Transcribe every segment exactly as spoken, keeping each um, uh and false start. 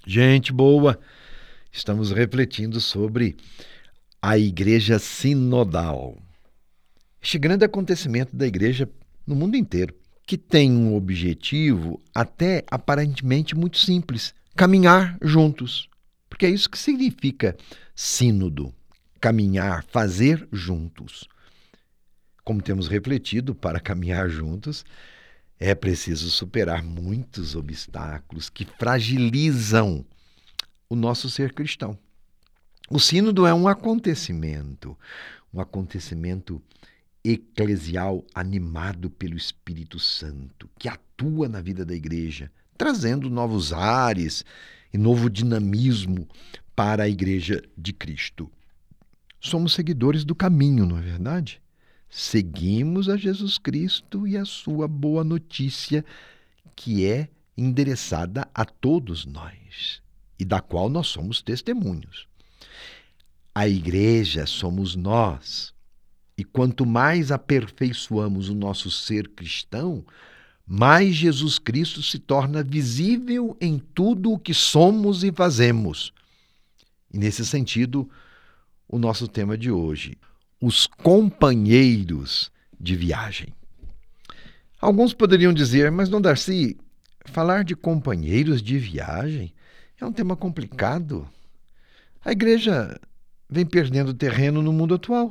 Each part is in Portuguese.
Gente boa, estamos refletindo sobre a Igreja Sinodal. Este grande acontecimento da Igreja no mundo inteiro, que tem um objetivo até aparentemente muito simples: caminhar juntos. Porque é isso que significa sínodo, caminhar, fazer juntos. Como temos refletido, para caminhar juntos, é preciso superar muitos obstáculos que fragilizam o nosso ser cristão. O sínodo é um acontecimento, um acontecimento eclesial animado pelo Espírito Santo, que atua na vida da igreja, trazendo novos ares e novo dinamismo para a Igreja de Cristo. Somos seguidores do caminho, não é verdade? Seguimos a Jesus Cristo e a sua boa notícia, que é endereçada a todos nós e da qual nós somos testemunhos. A igreja somos nós, e quanto mais aperfeiçoamos o nosso ser cristão, mais Jesus Cristo se torna visível em tudo o que somos e fazemos. E nesse sentido, o nosso tema de hoje: os companheiros de viagem. Alguns poderiam dizer, mas Dom Darcy, falar de companheiros de viagem é um tema complicado. A igreja vem perdendo terreno no mundo atual.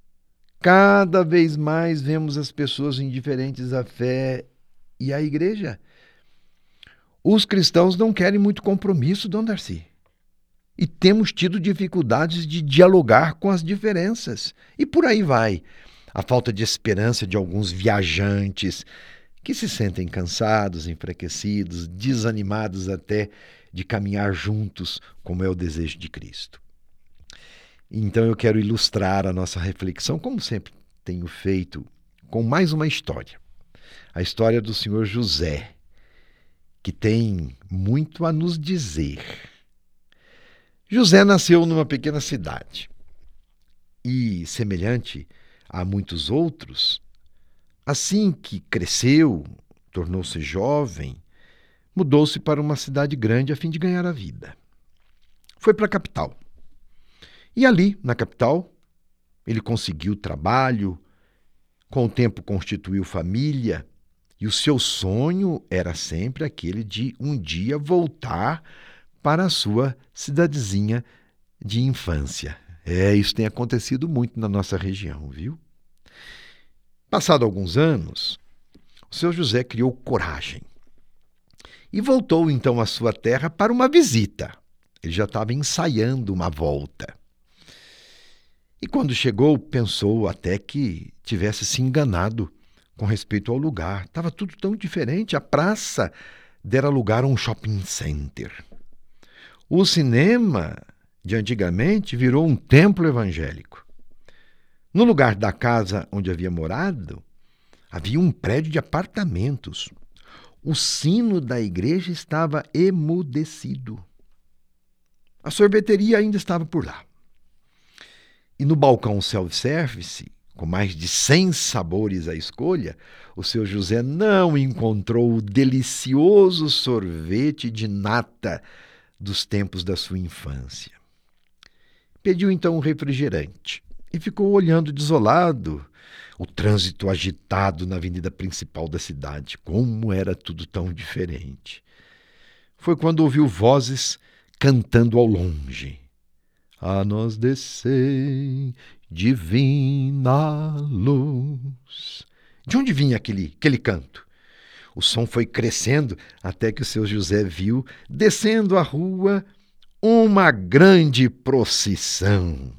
Cada vez mais vemos as pessoas indiferentes à fé e à igreja. Os cristãos não querem muito compromisso, Dom Darcy. E temos tido dificuldades de dialogar com as diferenças. E por aí vai. A falta de esperança de alguns viajantes que se sentem cansados, enfraquecidos, desanimados até de caminhar juntos, como é o desejo de Cristo. Então eu quero ilustrar a nossa reflexão, como sempre tenho feito, com mais uma história. A história do senhor José, que tem muito a nos dizer. José nasceu numa pequena cidade e, semelhante a muitos outros, assim que cresceu, tornou-se jovem, mudou-se para uma cidade grande a fim de ganhar a vida. Foi para a capital. E ali, na capital, ele conseguiu trabalho, com o tempo constituiu família, e o seu sonho era sempre aquele de um dia voltar para a sua cidadezinha de infância. É, isso tem acontecido muito na nossa região, viu? Passado alguns anos, o seu José criou coragem e voltou então à sua terra para uma visita. Ele já estava ensaiando uma volta. E quando chegou, pensou até que tivesse se enganado com respeito ao lugar. Estava tudo tão diferente. A praça dera lugar a um shopping center. O cinema de antigamente virou um templo evangélico. No lugar da casa onde havia morado, havia um prédio de apartamentos. O sino da igreja estava emudecido. A sorveteria ainda estava por lá. E no balcão self-service, com mais de cem sabores à escolha, o seu José não encontrou o delicioso sorvete de nata dos tempos da sua infância. Pediu então um refrigerante e ficou olhando desolado o trânsito agitado na avenida principal da cidade. Como era tudo tão diferente. Foi quando ouviu vozes cantando ao longe: a nós descei divina luz. De onde vinha aquele, aquele canto? O som foi crescendo até que o seu José viu, descendo a rua, uma grande procissão.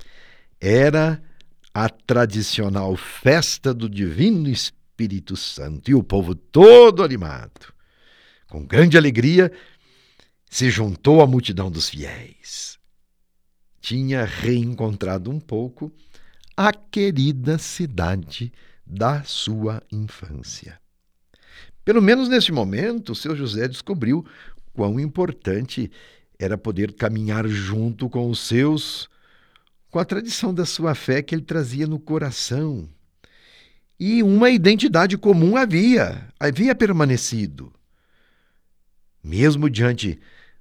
Era a tradicional festa do Divino Espírito Santo, e o povo todo animado, com grande alegria, se juntou à multidão dos fiéis. Tinha reencontrado um pouco a querida cidade da sua infância. Pelo menos neste momento, o seu José descobriu quão importante era poder caminhar junto com os seus, com a tradição da sua fé que ele trazia no coração. E uma identidade comum havia, havia permanecido. Mesmo diante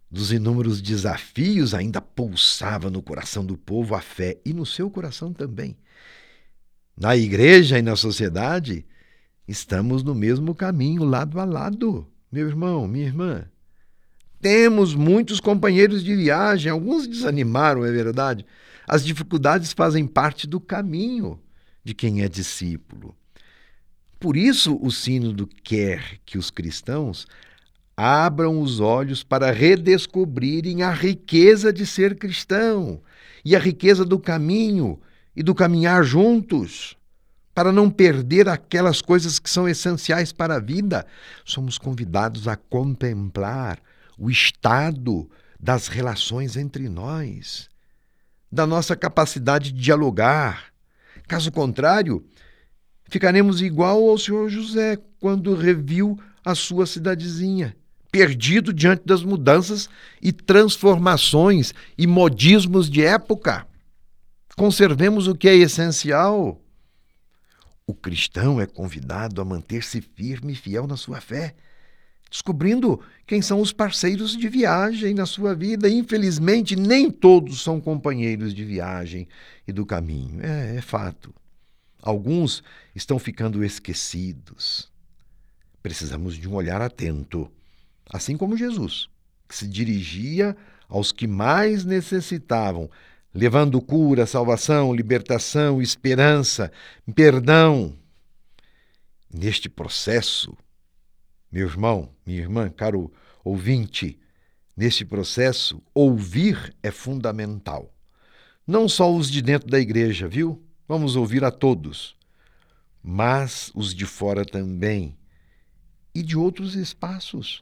dos inúmeros desafios, ainda pulsava no coração do povo a fé e no seu coração também. Na igreja e na sociedade, estamos no mesmo caminho, lado a lado, meu irmão, minha irmã. Temos muitos companheiros de viagem, alguns desanimaram, é verdade. As dificuldades fazem parte do caminho de quem é discípulo. Por isso, o Sínodo quer que os cristãos abram os olhos para redescobrirem a riqueza de ser cristão e a riqueza do caminho e do caminhar juntos, para não perder aquelas coisas que são essenciais para a vida. Somos convidados a contemplar o estado das relações entre nós, da nossa capacidade de dialogar. Caso contrário, ficaremos igual ao senhor José quando reviu a sua cidadezinha, perdido diante das mudanças e transformações e modismos de época. Conservemos o que é essencial. O cristão é convidado a manter-se firme e fiel na sua fé, descobrindo quem são os parceiros de viagem na sua vida. Infelizmente, nem todos são companheiros de viagem e do caminho. É, é fato. Alguns estão ficando esquecidos. Precisamos de um olhar atento, assim como Jesus, que se dirigia aos que mais necessitavam, levando cura, salvação, libertação, esperança, perdão. Neste processo, meu irmão, minha irmã, caro ouvinte, neste processo, ouvir é fundamental. Não só os de dentro da igreja, viu? Vamos ouvir a todos, mas os de fora também e de outros espaços.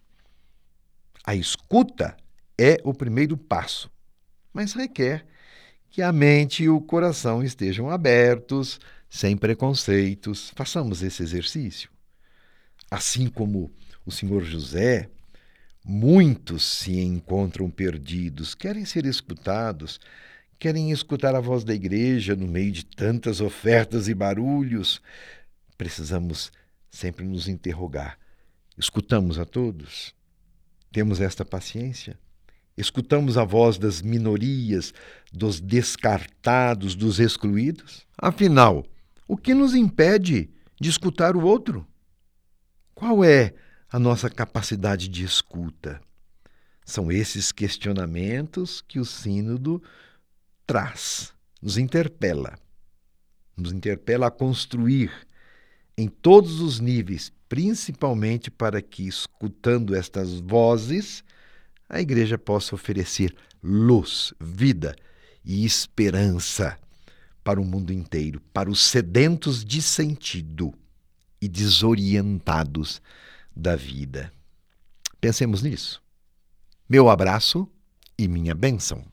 A escuta é o primeiro passo, mas requer que a mente e o coração estejam abertos, sem preconceitos. Façamos esse exercício. Assim como o senhor José, muitos se encontram perdidos, querem ser escutados, querem escutar a voz da igreja no meio de tantas ofertas e barulhos. Precisamos sempre nos interrogar. Escutamos a todos? Temos esta paciência? Escutamos a voz das minorias, dos descartados, dos excluídos? Afinal, o que nos impede de escutar o outro? Qual é a nossa capacidade de escuta? São esses questionamentos que o Sínodo traz, nos interpela. Nos interpela a construir em todos os níveis, principalmente para que, escutando estas vozes, a igreja possa oferecer luz, vida e esperança para o mundo inteiro, para os sedentos de sentido e desorientados da vida. Pensemos nisso. Meu abraço e minha bênção.